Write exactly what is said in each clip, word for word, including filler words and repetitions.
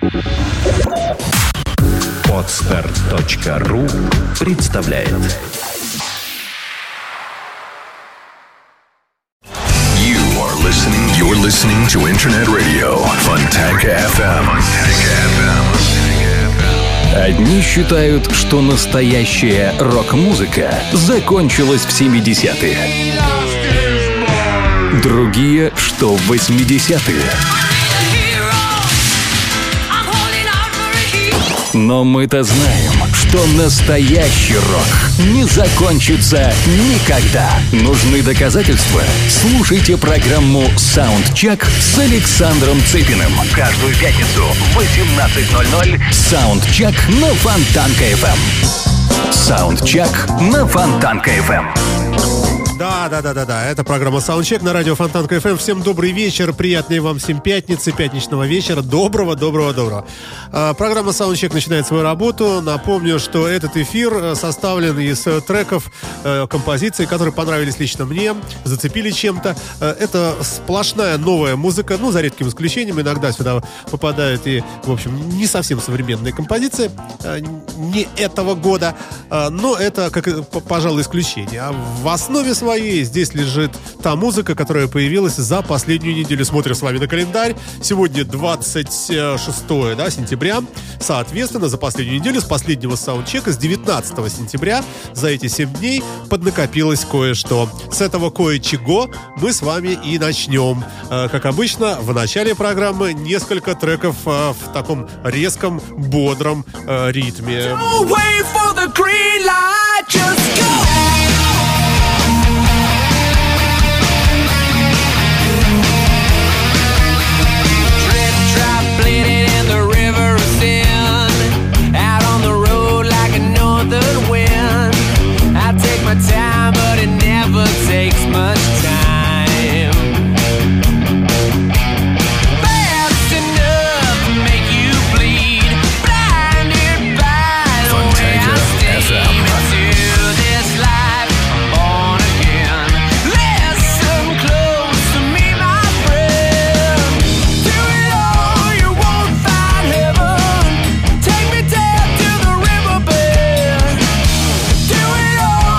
Подстер точка ру представляет. You are listening, you're listening to Internet Radio Fontanka эф эм. Одни считают, что настоящая рок-музыка закончилась в семидесятые. Другие, что в восьмидесятые. Но мы-то знаем, что настоящий рок не закончится никогда. Нужны доказательства? Слушайте программу «Саундчек» с Александром Цыпиным. Каждую пятницу в восемнадцать ноль ноль «Саундчек» на Фонтанка эф эм. «Саундчек» на Фонтанка эф эм. Да, да, да, да, да. Это программа «Саундчек» на радио Фонтанка эф эм. Всем добрый вечер, приятной вам всем пятницы, пятничного вечера. Доброго, доброго, доброго. А, программа «Саундчек» начинает свою работу. Напомню, что этот эфир составлен из треков, э, композиций, которые понравились лично мне, зацепили чем-то. Э, это сплошная новая музыка, ну, за редким исключением. Иногда сюда попадают и, в общем, не совсем современные композиции, э, не этого года, э, но это, как, пожалуй, исключение. А в основе своей здесь лежит та музыка, которая появилась за последнюю неделю. Смотрим с вами на календарь. Сегодня двадцать шестое да, сентября. Соответственно, за последнюю неделю, с последнего саундчека, с девятнадцатого сентября, за эти семь дней поднакопилось кое-что. С этого кое-чего мы с вами и начнем. Как обычно, в начале программы несколько треков в таком резком, бодром ритме. Time, but it never takes much time. Fast enough to make you bleed, blinded by the way I steam into this life. I'm born again. Listen close to me, my friend. Do it all, you won't find heaven. Take me down to the riverbed. Do it all.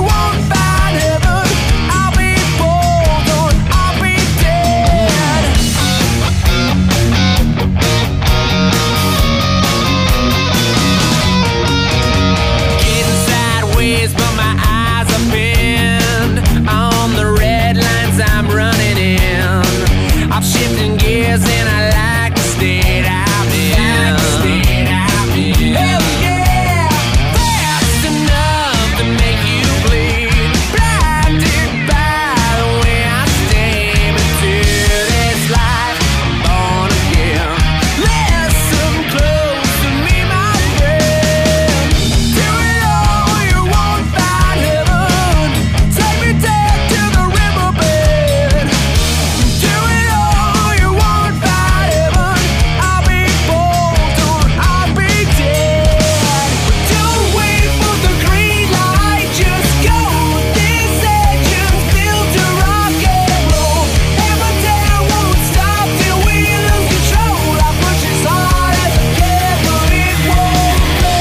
I'm shifting gears and I like the state I'm in. Hell yeah! Fast enough to make you bleed, blinded by the way I steam into this life. I'm born again. Listen close to me, my friend. Do it all, you won't find heaven. Take me down to the riverbed. Do it all, you won't find heaven. I'll be bold or I'll be dead. Don't wait for the green light, just go. This engine's built to rock and roll. And my dad won't stop till we lose control. I push as hard as I can, but it won't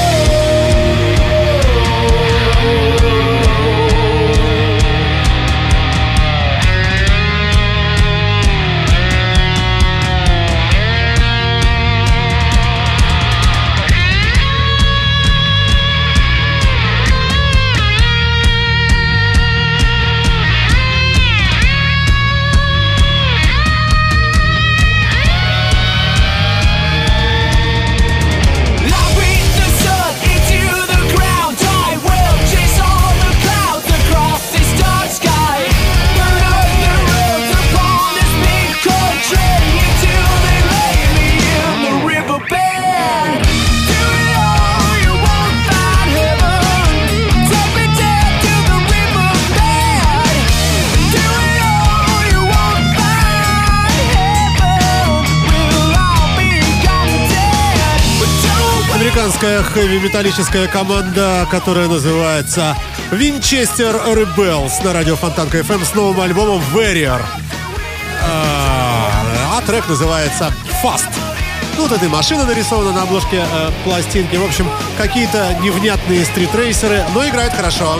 I'll beat the sun into the ground. I will chase all the clouds across this dark sky. Burn up the roads upon this big country until they lay me in the riverbed. Do it all, you won't find heaven. Take me down to the riverbed. Do it all, you won't find heaven. We'll all be gone dead. But don't wait. Американская хэви-металлическая команда, которая называется Winchester Rebels на радио Фонтанка эф эм с новым альбомом Warrior. А, а трек называется Fast. Ну, вот эта машина нарисована на обложке э, пластинки. В общем, какие-то невнятные стритрейсеры, но играют хорошо.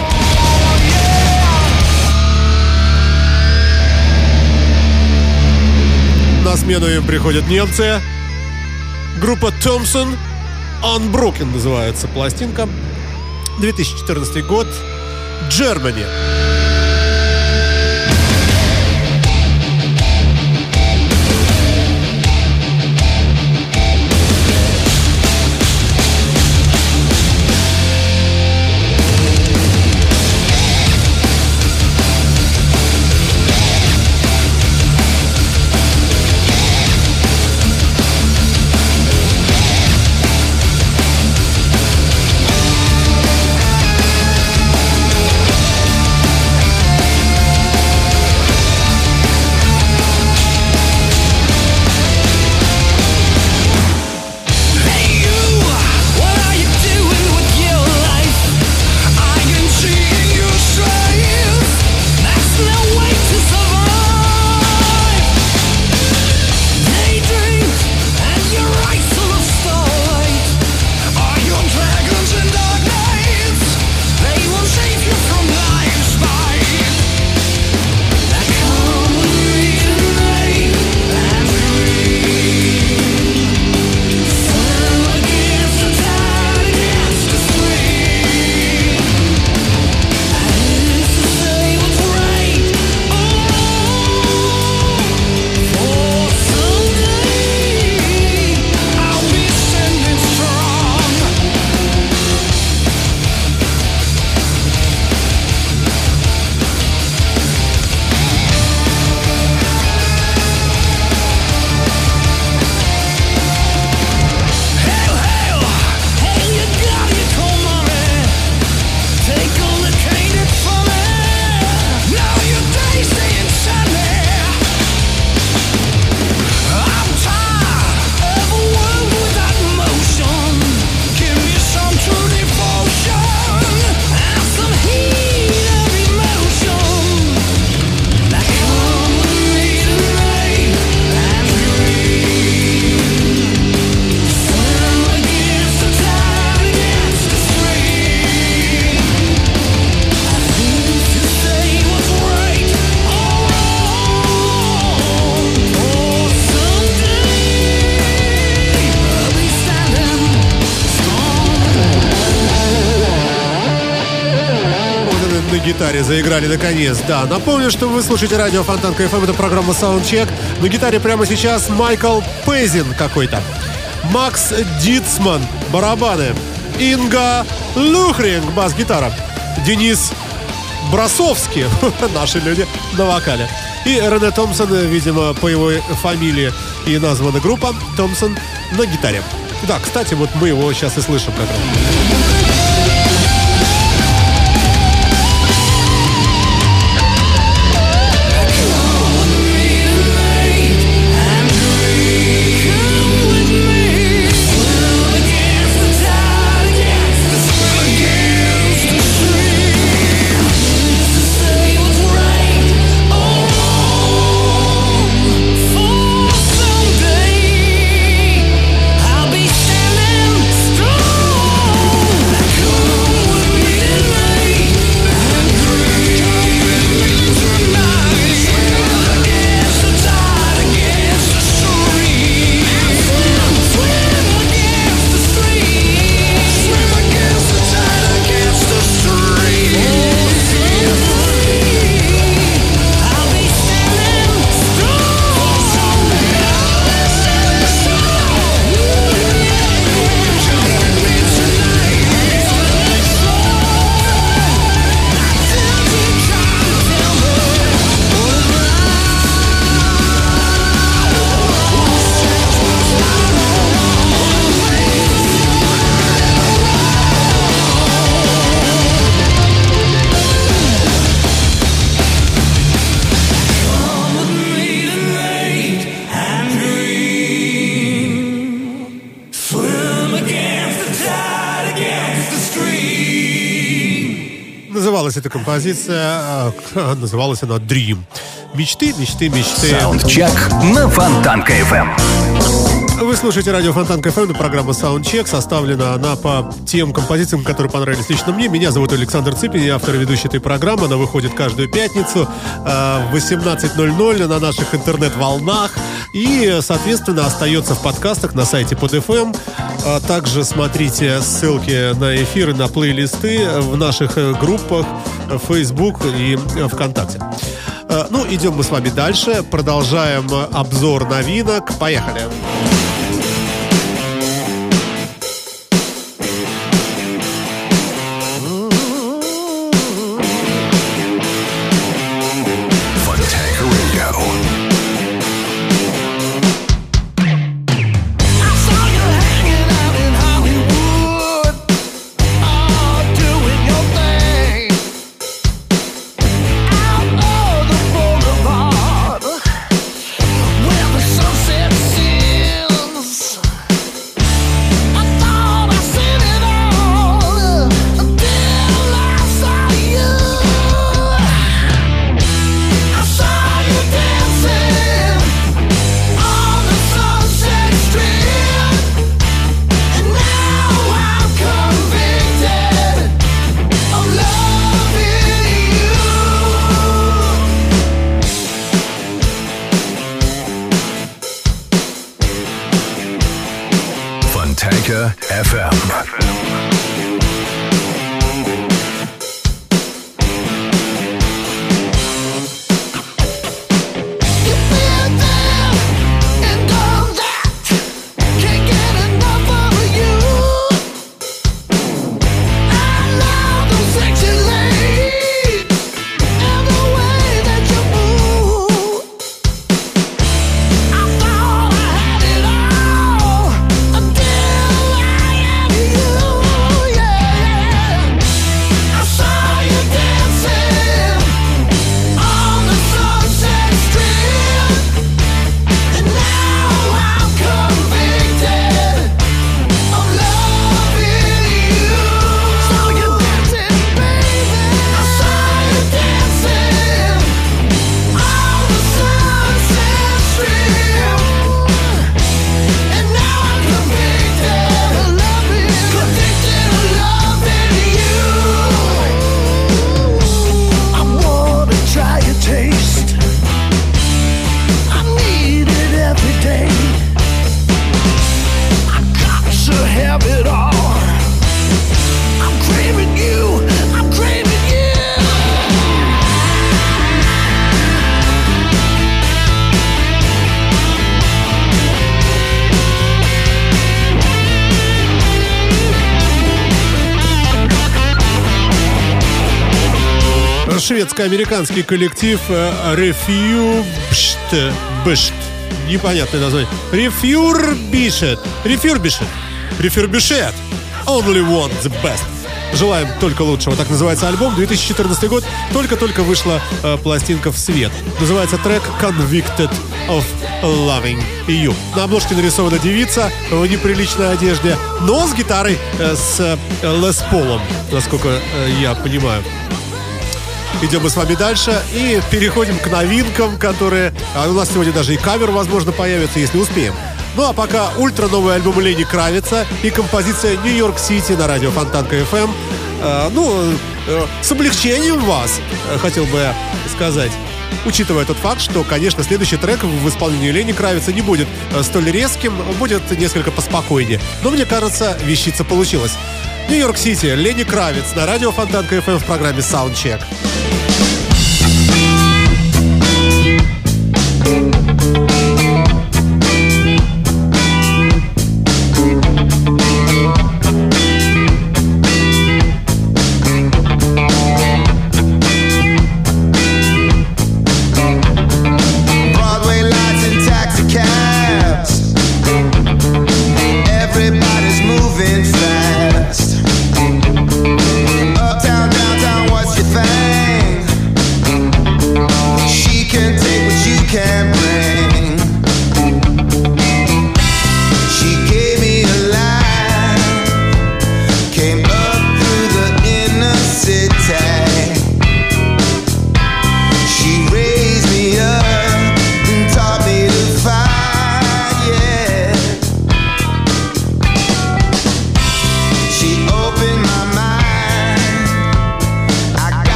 На смену им приходят немцы. Группа Thompson. Unbroken называется пластинка. две тысячи четырнадцатый год. Germany. Гитаре заиграли наконец. Да, напомню, что вы слушаете радио Фонтанка эф эм. Это программа Soundcheck. На гитаре прямо сейчас Майкл Пейзин какой-то. Макс Дитцман барабаны. Инга Лухринг бас-гитара. Денис Брасовский, наши люди, на вокале. И Рене Томпсон, видимо, по его фамилии и названа группа Томпсон на гитаре. Да, кстати, вот мы его сейчас и слышим как раз. Называлась эта композиция, называлась она Dream. Мечты, мечты, мечты. Саундчек на Фонтанка эф эм. Вы слушаете радио Фонтан КФМ, программа Soundcheck составлена она по тем композициям, которые понравились лично мне. Меня зовут Александр Цыпин, я автор и ведущий этой программы. Она выходит каждую пятницу в восемнадцать ноль ноль на наших интернет-волнах и, соответственно, остается в подкастах на сайте под эф эм. Также смотрите ссылки на эфиры, на плейлисты в наших группах Facebook и ВКонтакте. Ну, идем мы с вами дальше. Продолжаем обзор новинок. Поехали. эф эм. Шведско-американский коллектив Refurbished. Непонятное название. Refurbished. Refurbished. Refurbished. Only want the best. Желаем только лучшего. Так называется альбом. две тысячи четырнадцатый год. Только-только вышла э, пластинка в свет. Называется трек Convicted of Loving You. На обложке нарисована девица в неприличной одежде, но с гитарой э, с э, Лес Полом, насколько э, я понимаю. Идем мы с вами дальше и переходим к новинкам, которые... А у нас сегодня даже и кавер, возможно, появится, если успеем. Ну а пока ультра новый альбом Лени Кравица и композиция «Нью-Йорк Сити» на радио Фонтан КФМ. Э, ну, э, с облегчением вас, э, хотел бы сказать. Учитывая тот факт, что, конечно, следующий трек в исполнении Лени Кравица не будет э, столь резким, будет несколько поспокойнее. Но мне кажется, вещица получилась. Нью-Йорк Сити, Лени Кравиц на радио Фонтан КФМ в программе Soundcheck.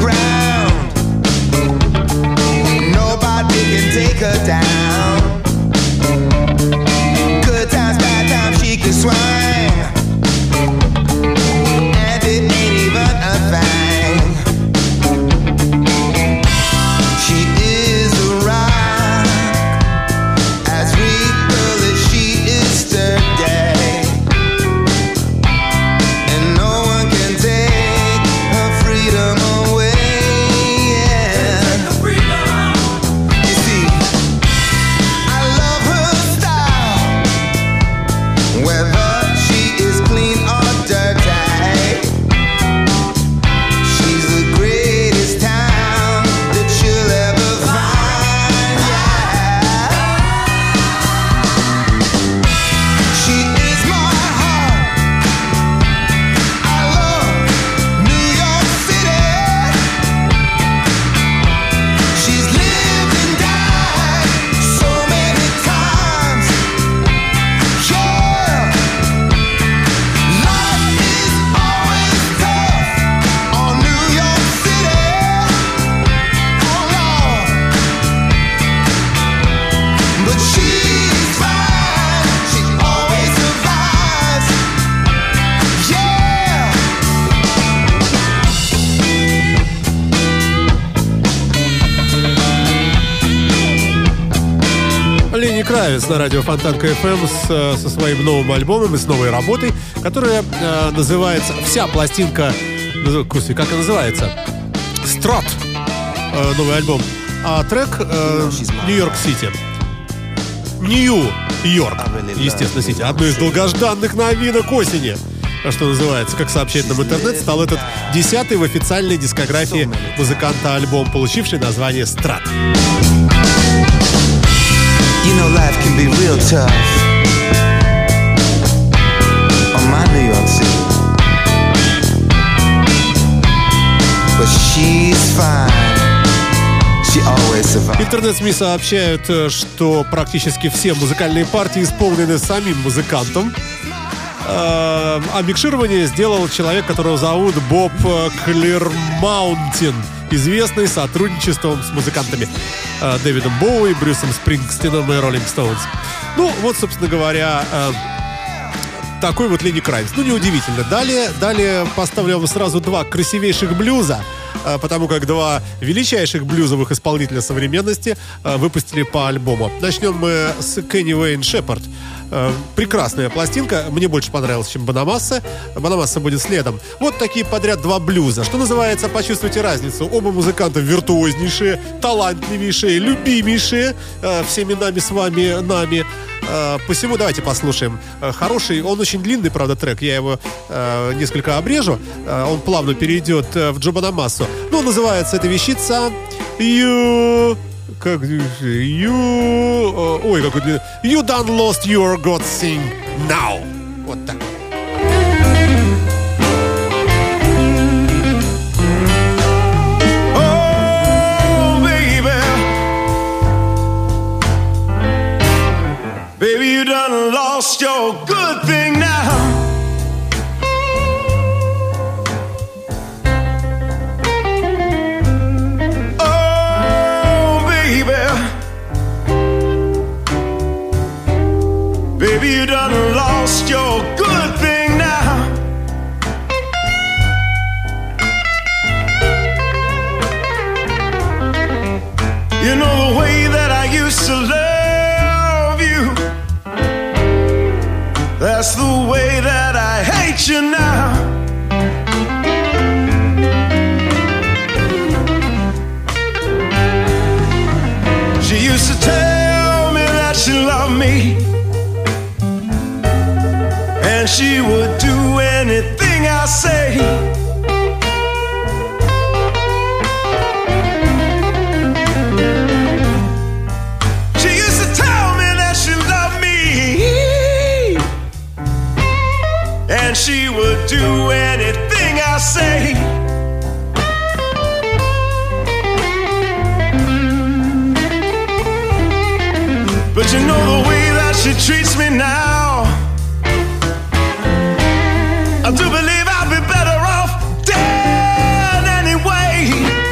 ground. Nobody can take her down. Good times, bad times, she can swing, and it ain't even a thing. She is a rock, as regal as she is sturdy, and no one can take her freedom away. Yeah. You see, I love her style, whether she is clean or dirty. She's the greatest town that you'll ever find. Yeah. She is my heart. I love New York City. She's lived and died so many times. Yeah. Life is always tough on New York City. Oh Lord. But she's fine. She always survives. Yeah. Лени Кравец на радио Фонтанка эф эм с, со своим новым альбомом и с новой работой, которая э, называется, вся пластинка, назыв- господи, как она называется? Strut, э, новый альбом, а трек э, Нью-Йорк-Сити. Нью-Йорк, естественно, Сити. Одно из долгожданных новинок осени. А что называется, как сообщает нам интернет, стал этот десятый в официальной дискографии музыканта альбом, получивший название «Страт». You know life can be real tough on my New York City, but she's fine. She always survives. Интернет-СМИ сообщают, э, что практически все музыкальные партии исполнены самим музыкантом. Э, А микширование сделал человек, которого зовут Боб э, Клирмаунтин, известный сотрудничеством с музыкантами э, Дэвидом Боуи, Брюсом Спрингстином и Роллинг Стоунс. Ну, вот, собственно говоря, э, такой вот Лени Кравец. Ну, неудивительно. Далее, далее поставлю вам сразу два красивейших блюза, э, потому как два величайших блюзовых исполнителя современности э, выпустили по альбому. Начнем мы с Кенни Уэйн Шепард. Э, Прекрасная пластинка. Мне больше понравилась, чем Бонамасса. Бонамасса будет следом. Вот такие подряд два блюза. Что называется, почувствуйте разницу. Оба музыканта виртуознейшие, талантливейшие, любимейшие э, всеми нами с вами, нами. Э, Посему давайте послушаем. Э, Хороший, он очень длинный, правда, трек. Я его э, несколько обрежу. Э, Он плавно перейдет э, в Джо Бонамассу. Ну, называется эта вещица You... Как... You... э, Ой, какой длинный. You done lost your God sing now. Вот так. Oh, baby, baby, you done lost your good thing now. Oh, baby, baby, you done lost your good thing now. You know the way that I used to love you, that's the way that I hate you now. She used to tell me that she loved me, and she would do anything I say. And she would do anything I say. But you know the way that she treats me now, I do believe I'd be better off dead anyway.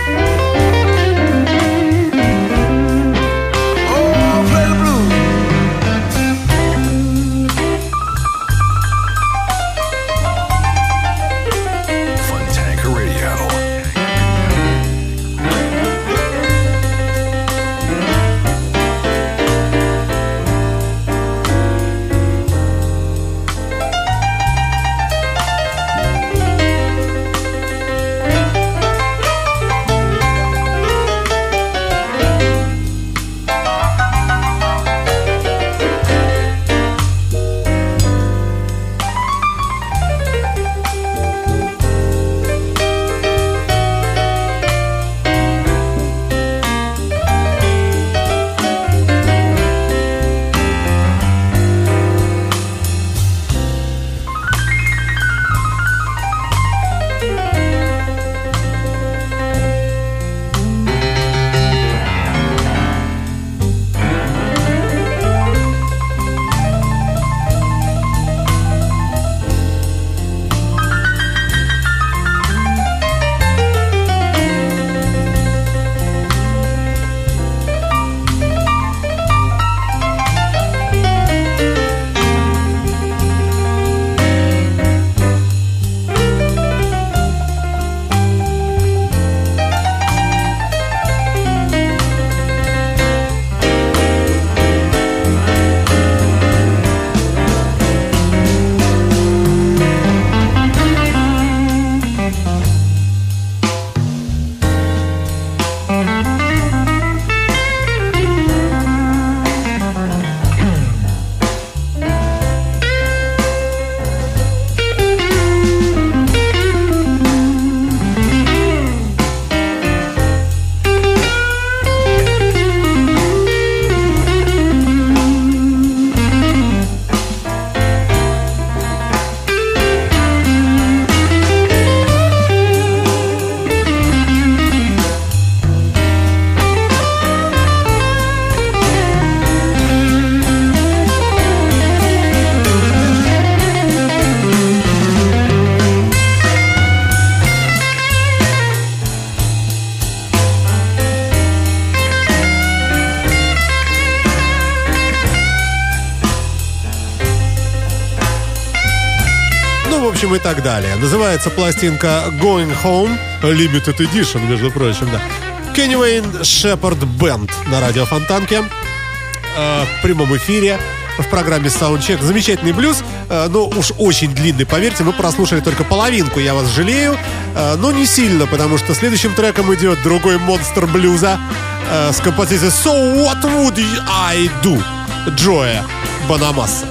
общем, и так далее. Называется пластинка Going Home, Limited Edition, между прочим, да. Kenny Wayne Shepherd Band на радио Фонтанке э, в прямом эфире в программе Soundcheck. Замечательный блюз, э, но уж очень длинный, поверьте, мы прослушали только половинку, я вас жалею, э, но не сильно, потому что следующим треком идет другой монстр блюза э, с композицией So What Would I Do? Джоэ Бонамасса.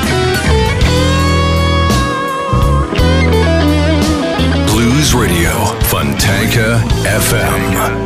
Blues Radio, Fontanka эф эм.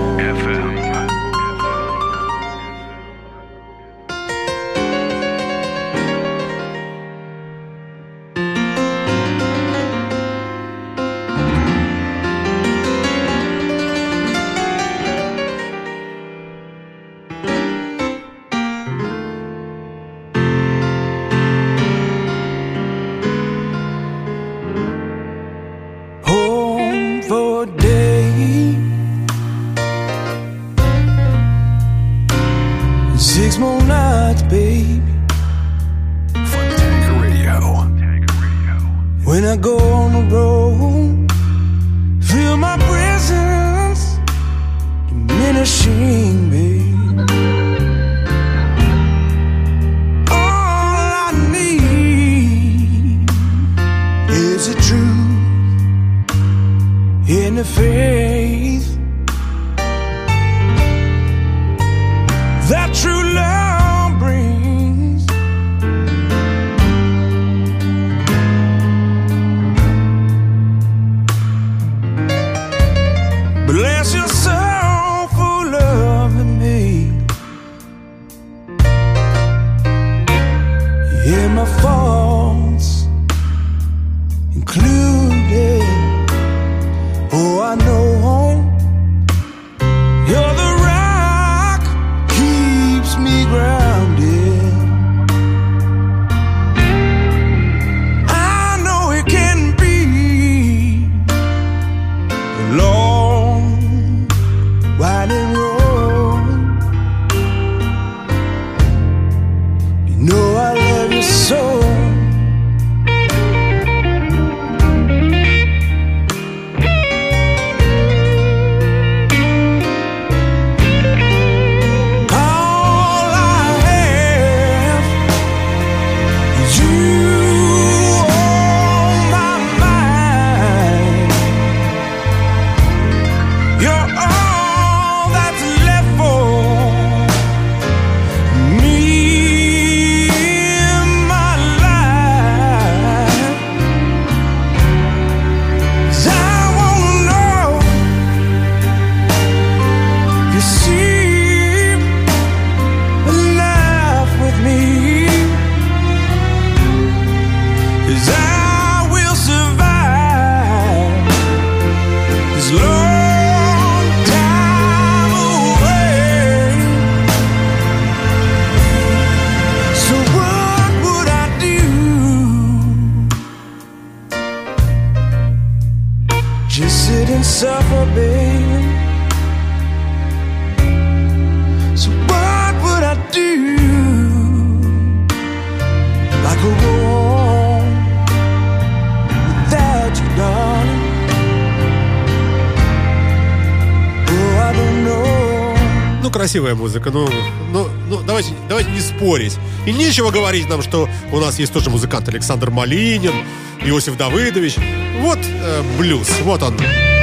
Красивая музыка, ну, ну, ну давайте, давайте не спорить. И нечего говорить нам, что у нас есть тоже музыкант Александр Малинин, Иосиф Давыдович. Вот э, блюз, вот он.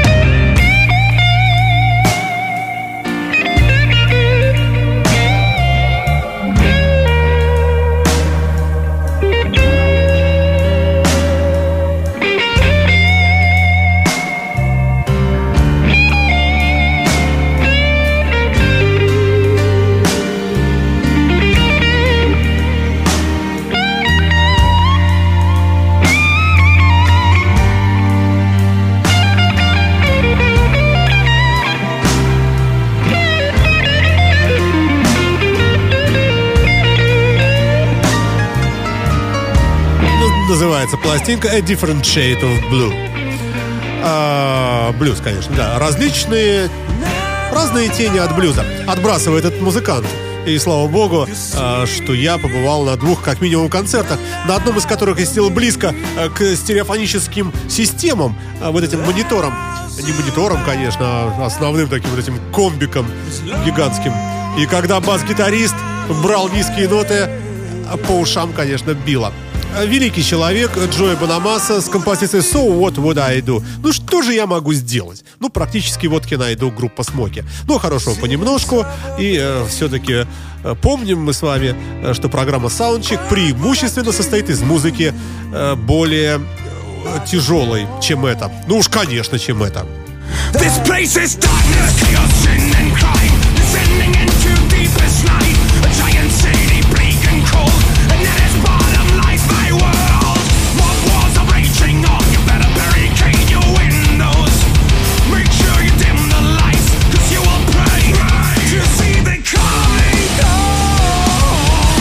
Называется пластинка A Different Shade of Blue. А, блюз, конечно, да. Различные, разные тени от блюза отбрасывает этот музыкант. И слава богу, э, что я побывал на двух, как минимум, концертах, на одном из которых я сидел близко э, к стереофоническим системам, э, вот этим мониторам. Не монитором, конечно, а основным таким вот этим комбиком гигантским. И когда бас-гитарист брал низкие ноты, по ушам, конечно, било. Великий человек Джои Бонамасса с композицией «So What Would I Do». Ну что же я могу сделать? Ну, практически вот can I do группа Смоки. Ну, хорошего понемножку. И э, все-таки э, помним мы с вами, э, что программа Soundcheck преимущественно состоит из музыки э, более э, тяжелой, чем это. Ну уж, конечно, чем это. This place is darkness, chaos, sin and crime, descending into deepest night. A giant city, bleak and cold, and at its bottom lies my world. Mob wars are raging on, you better barricade your windows. Make sure you dim the lights, cause you will pray to see the coming dawn.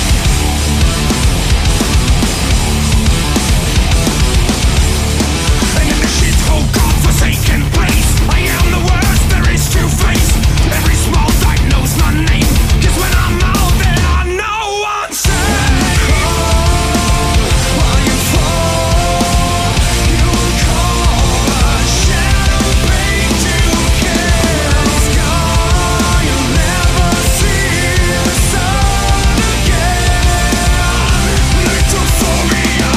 And in the shithole godforsaken place, I am the worst there is to face. Every small dog knows my name, cause when I'm out there I know I'm safe. While you fall, you will call a shadow paint to kill the sky. You'll never see the sun again. Electrophobia.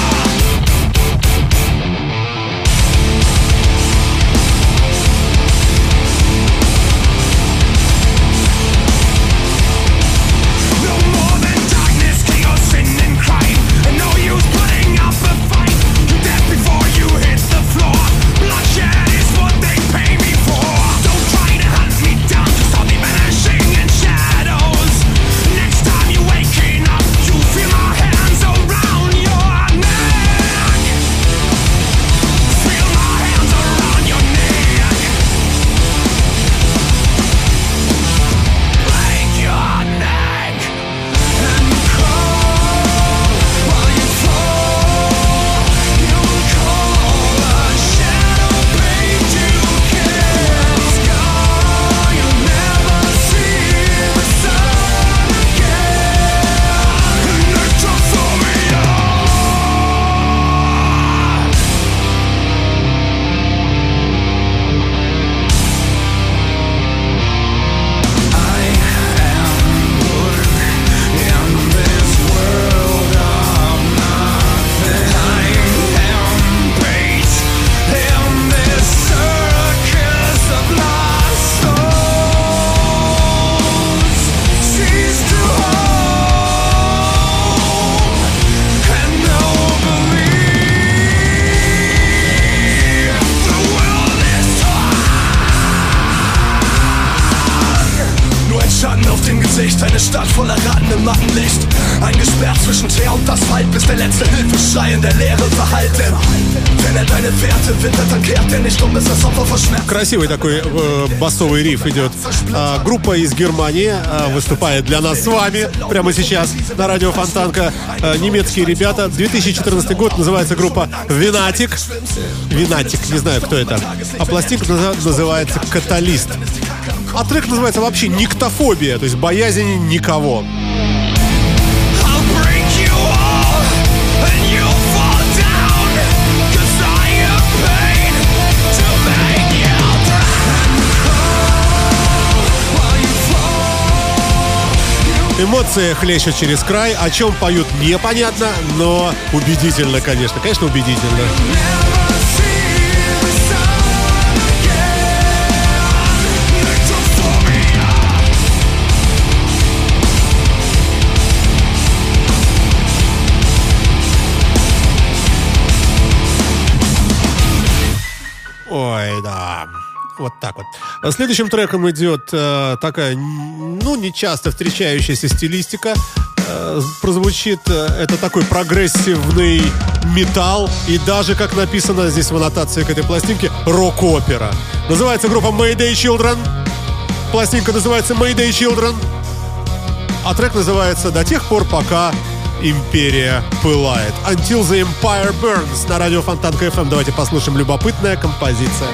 No more than darkness, chaos, sin and crime, and no use putting up a fight. You dead before you hit the floor. Bloodshed is what they pay me for. Don't try to hunt me down, just I'll be vanishing in shadows. Next time you're waking up, you feel my hands around your neck. Feel my hands around your neck. Break your neck and crawl while you fall. You'll call a shadow paint to kill the sky. You'll never see the sun again. Electrophobia. I am wood in this world of nothing. I am bait in this circus of lost souls. Cease to hope and no belief. The world is nur ein Schatten auf dem Gesicht, eine Stadt voller ratendem Mattenlicht. Eingesperrt zwischen Teer und Asphalt, bis der letzte Hilfeschrei in der Leere verhallt. Denn wenn er deine Werte wittert, dann kehrt er nicht um, ist das Opfer verschmerzt. Красивый такой э, басовый риф идет. А, группа из Германии а, выступает для нас с вами прямо сейчас на радио Фонтанка. А, немецкие ребята. две тысячи четырнадцатый год, называется группа Винатик. Винатик, не знаю, кто это. А пластинка наза- называется Каталист. А трек называется вообще Никтофобия, то есть боязнь никого. I'll break you all and you'll fall down, 'cause I have pain to make you drown. While you fall, Эмоции хлещут через край. О чем поют, непонятно, но убедительно, конечно. Конечно, убедительно. never see the sun again. Electrophobia. Ой, да. Вот так вот. Следующим треком идет э, такая, ну, не часто встречающаяся стилистика. Э, прозвучит э, это такой прогрессивный металл. И даже, как написано здесь в аннотации к этой пластинке, рок-опера. Называется группа Mayday Children. Пластинка называется Mayday Children. А трек называется «До тех пор, пока империя пылает». Until the Empire Burns на радио Фонтанка эф эм. Давайте послушаем, любопытная композиция.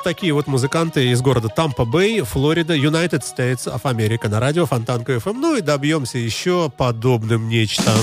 Вот такие вот музыканты из города Тампа-Бэй, Флорида, United States of America на радио Фонтанка эф эм. Ну и добьемся еще подобным нечто.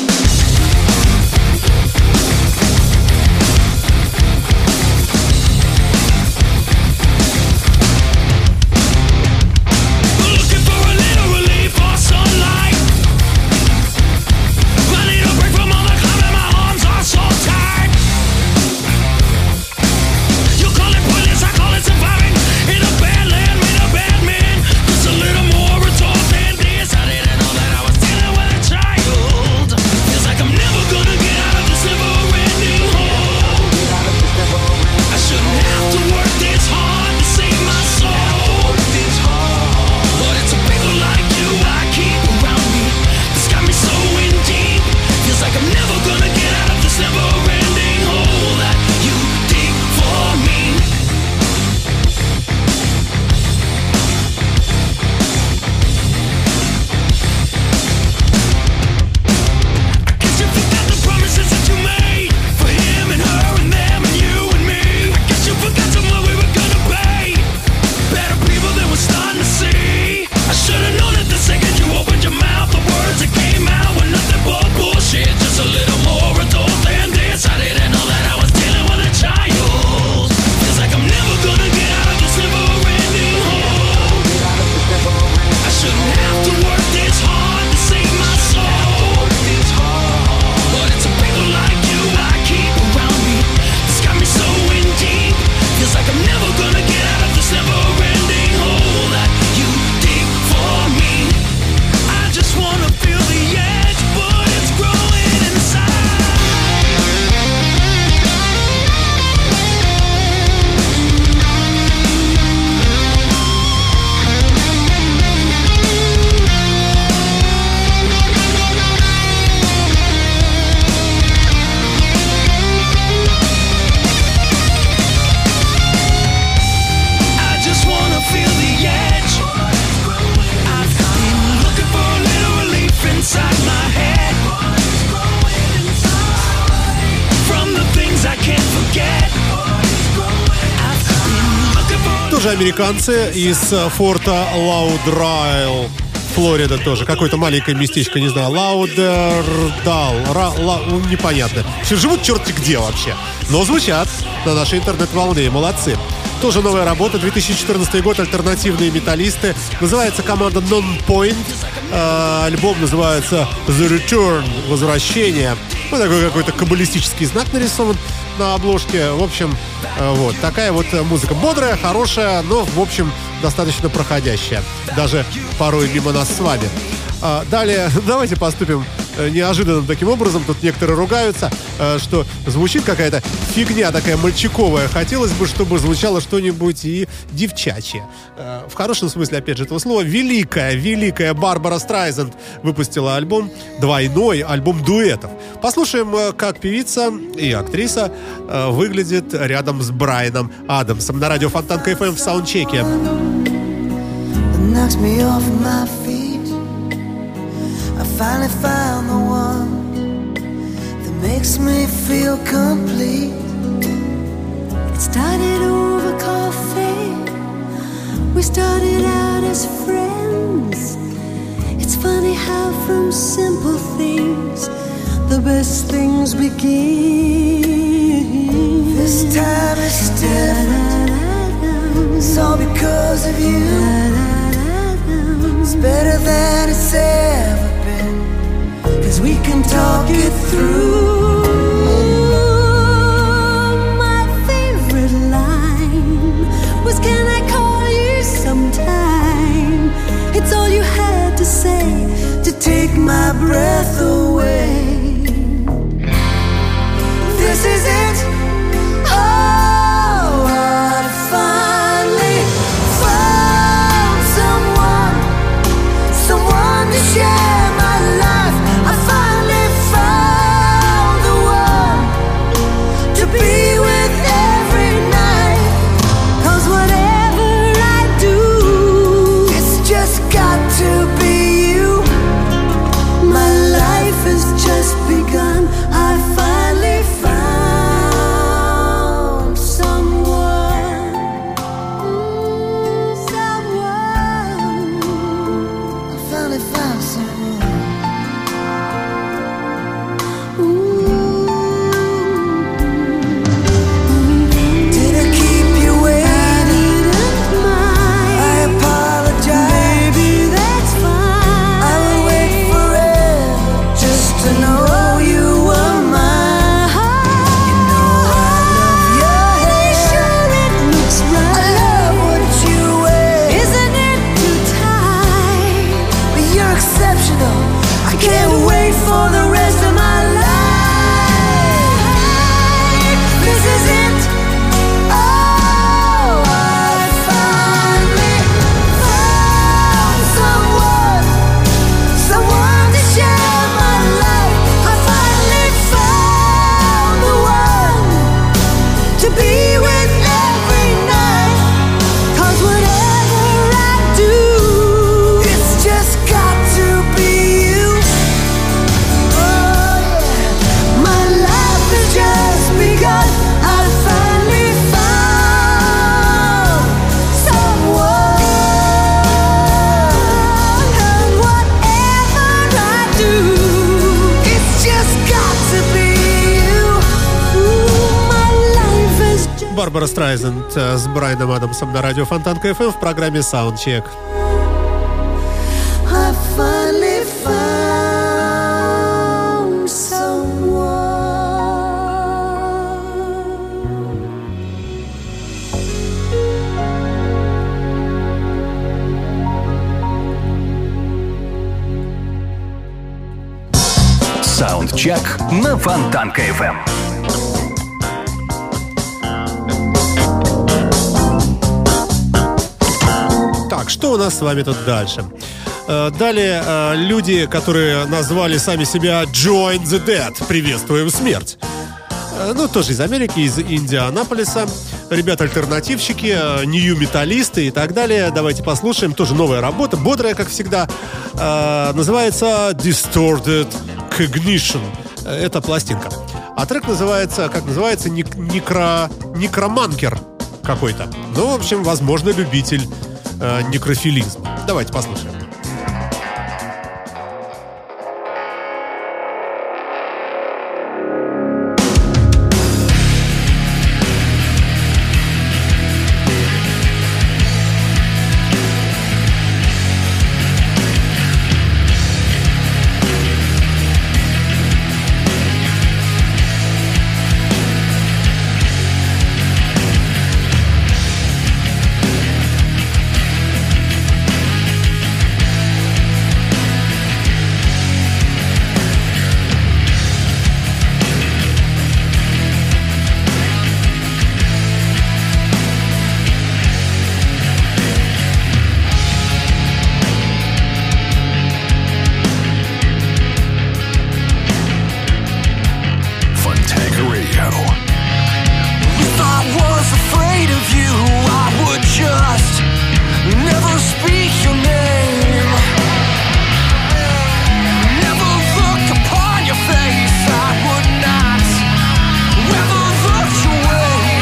Американцы из форта Лаудердал, Флорида тоже. Какое-то маленькое местечко, не знаю, Лаудердал, Ра, ла, ну, непонятно. Все живут черти где вообще. Но звучат на нашей интернет-волне. Молодцы. Тоже новая работа, две тысячи четырнадцатый год, альтернативные металлисты. Называется команда Non-Point. Э, альбом называется The Return, Возвращение. Вот такой какой-то каббалистический знак нарисован на обложке. В общем, э, вот такая вот музыка. Бодрая, хорошая, но, в общем, достаточно проходящая. Даже порой мимо нас с вами. А, далее, давайте поступим неожиданным таким образом. Тут некоторые ругаются, что звучит какая-то фигня такая мальчиковая. Хотелось бы, чтобы звучало что-нибудь и девчачье. В хорошем смысле, опять же, этого слова. Великая, великая Барбара Страйзанд выпустила альбом, двойной альбом дуэтов. Послушаем, как певица и актриса выглядит рядом с Брайаном Адамсом на радио Фонтанка эф эм в саундчеке. I finally found the one that makes me feel complete. It started over coffee. We started out as friends. It's funny how from simple things the best things begin. This time is different. It's all because of you. It's better than it's ever been, 'cause we can talk it through. My favorite line was, can I call you sometime? It's all you had to say to take my breath away. This is it. Oh, I finally found someone, someone to share my life. I finally found the one to be with every night. 'Cause whatever I do, it's just got to be you. My life Барбара Страйзенд с Брайаном Адамсом на радио Фонтанка эф эм в программе Soundcheck. I finally found someone. Саундчек на Фонтанка эф эм. Так, что у нас с вами тут дальше? Э, Далее э, люди, которые назвали сами себя Join the Dead, приветствуем смерть. Э, Ну, тоже из Америки, из Индианаполиса. Ребята-альтернативщики, э, нью-металлисты и так далее. Давайте послушаем. Тоже новая работа, бодрая, как всегда. Э, Называется Distorted Cognition. Э, Это пластинка. А трек называется, как называется, ник- некро... некроманкер какой-то. Ну, в общем, возможно, любитель э, некрофилизма. Давайте послушаем. Fontanka Radio. If I was afraid of you, I would just never speak your name. Never look upon your face, I would not ever look your way.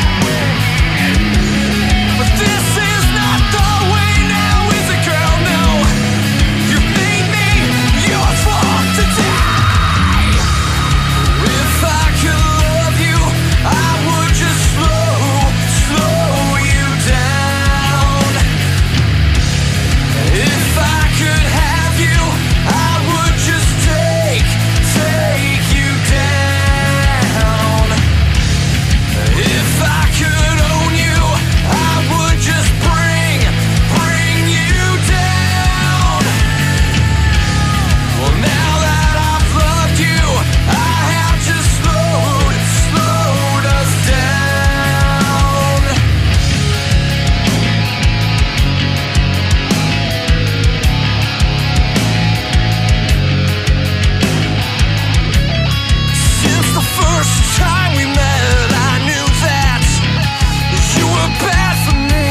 But this is not the way now, is it, girl? No, you've made me yours for today. If I could love you, I would just slow, slow you down. If I could have you, I would just take, take you down. If I could own you, I would just bring, bring you down. Well, now that I've loved you, I have just slowed, slowed us down. Since the first time we met, I knew that you were bad for me.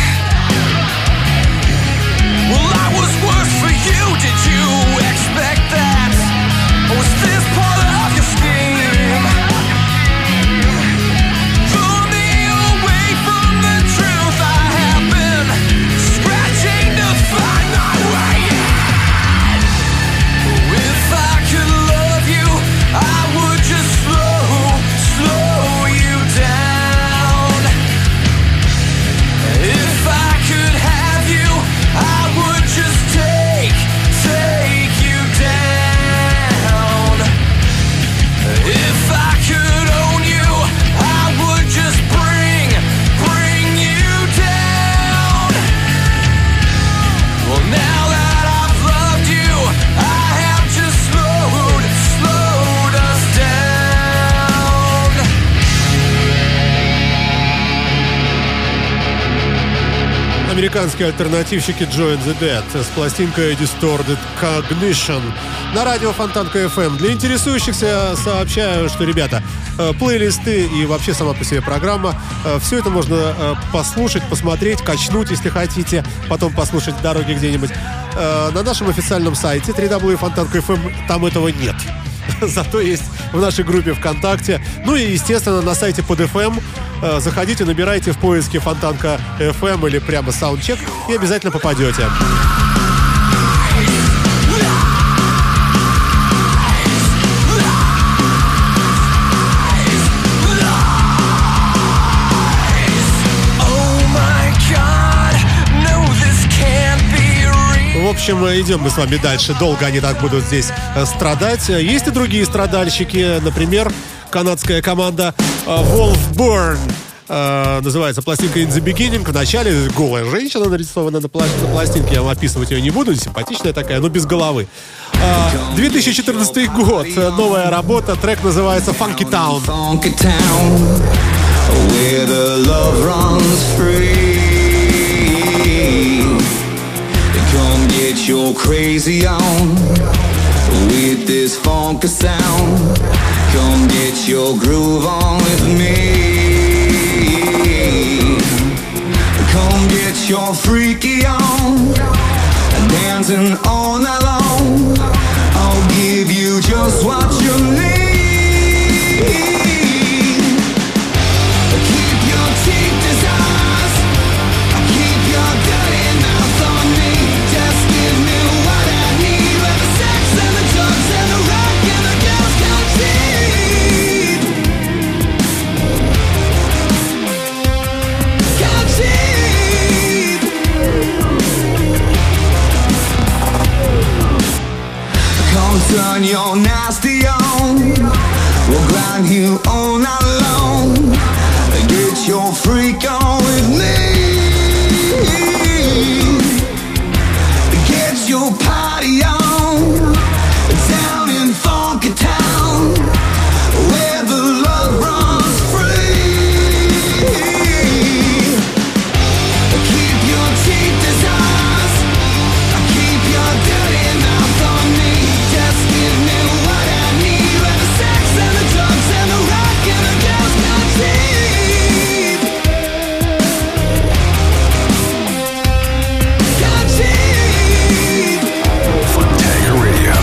Well, I was worse for you, did you expect that? Or was this part of your scheme? Lure me away from the truth, I have been scratching to find my way in. If I could love you, I would just slow, slow you down. If I could have you, I would just take, take you down. If I could own you, I would just bring, bring you down. Well, now that I've loved you, I have just slowed, slowed us down. Американские альтернативщики Join the Dead с пластинкой Distorted Cognition на радио Фонтанка эф эм. Для интересующихся сообщаю, что, ребята, э, плейлисты и вообще сама по себе программа, э, все это можно э, послушать, посмотреть, качнуть, если хотите, потом послушать в дороге где-нибудь. Э, на нашем официальном сайте дабл ю дабл ю дабл ю точка фонтанка эф эм там этого нет. Зато есть в нашей группе ВКонтакте. Ну и, естественно, на сайте под эф эм. Э, Заходите, набирайте в поиске Фонтанка эф эм или прямо Soundcheck и обязательно попадете. общем, идем мы с вами дальше. Долго они так будут здесь э, страдать. Есть и другие страдальщики. Например, канадская команда э, Wolfburn. Э, называется пластинка In the Beginning. В начале голая женщина нарисована на, пла- на пластинке. Я вам описывать ее не буду. Симпатичная такая, но без головы. Э, две тысячи четырнадцатый год. Новая работа. Трек называется Funky Town. Funky town, where the love runs free. Come get your crazy on with this funky sound. Come get your groove on with me. Come get your freaky on, dancing all night long. I'll give you just what you need. Keep your teeth desires, keep your dirty mouth on me. Just give me what I need, with the sex and the drugs and the rock and the girls can't cheat. Can't cheat. Come turn your nasty on, we'll grind you all night long. Get your freak on with me. Get your party on, down in Funky Town, where the love runs free. Keep your cheap desires, keep your dirty mouth on me. Just give me what I need, with the sex and the drugs and the rock and the girls not cheap. Not cheap. Fontanka Radio.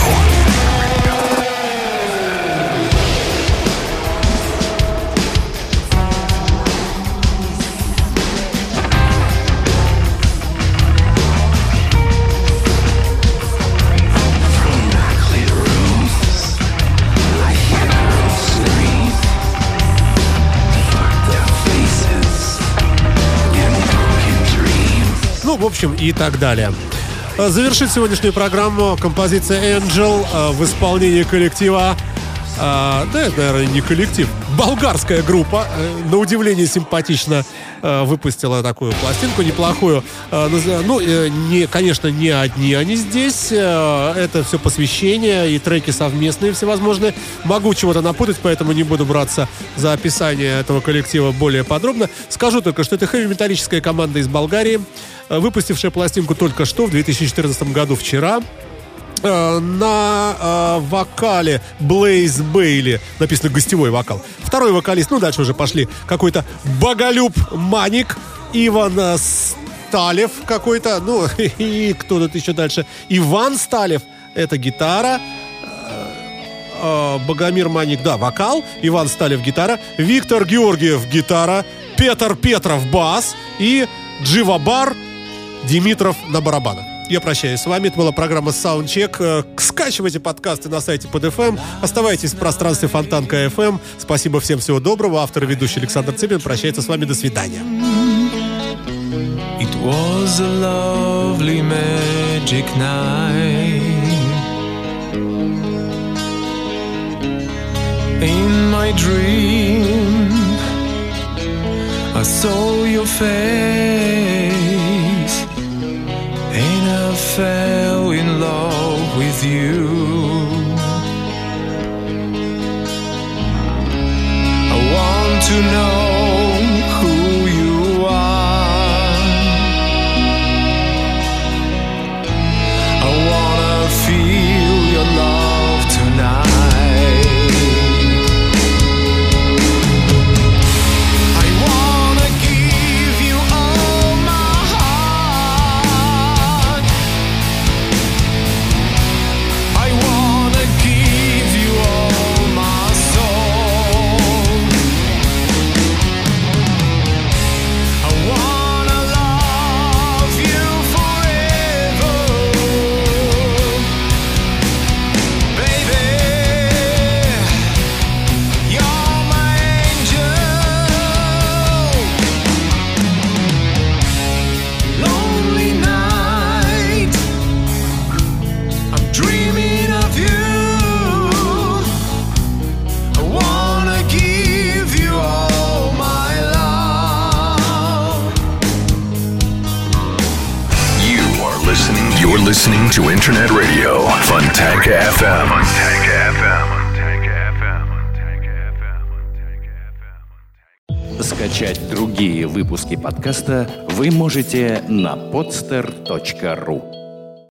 Ну, в общем, и так далее. Э, Завершит сегодняшнюю программу композиция Angel э, в исполнении коллектива. э, Да, это, наверное, не коллектив. Болгарская группа, э, на удивление симпатично э, выпустила такую пластинку неплохую. Э, наз- Ну, э, не, конечно, не одни они здесь. э, Это все посвящение и треки совместные всевозможные. Могу чего-то напутать, поэтому не буду браться за описание этого коллектива более подробно. Скажу только, что это хэви-металлическая команда из Болгарии, э, выпустившая пластинку только что, в две тысячи четырнадцатом году, вчера. Э, На э, вокале Блейз Бейли написано гостевой вокал. Второй вокалист, ну дальше уже пошли, какой-то Боголюб Маник, Иван э, Сталев какой-то, ну и кто тут еще дальше? Иван Сталев, это гитара. э, Богомир Маник, да, вокал. Иван Сталев, гитара. Виктор Георгиев, гитара. Петр Петров, бас. И Дживабар Димитров на барабанах. Я прощаюсь с вами. Это была программа Soundcheck. Э, Скачивайте подкасты на сайте под эф эм. Оставайтесь в пространстве Фонтанка эф эм. Спасибо всем, всего доброго. Автор и ведущий Александр Цыпин прощается с вами. До свидания. It was a lovely magic night. In my dream, I saw your face, and I fell in love with you. I want to know who you are. I wanna feel your love tonight. I wanna give you all my heart. I listening to Internet Radio, Funtank эф эм. Funtank эф эм. Скачать другие выпуски подкаста вы можете на podster точка ру.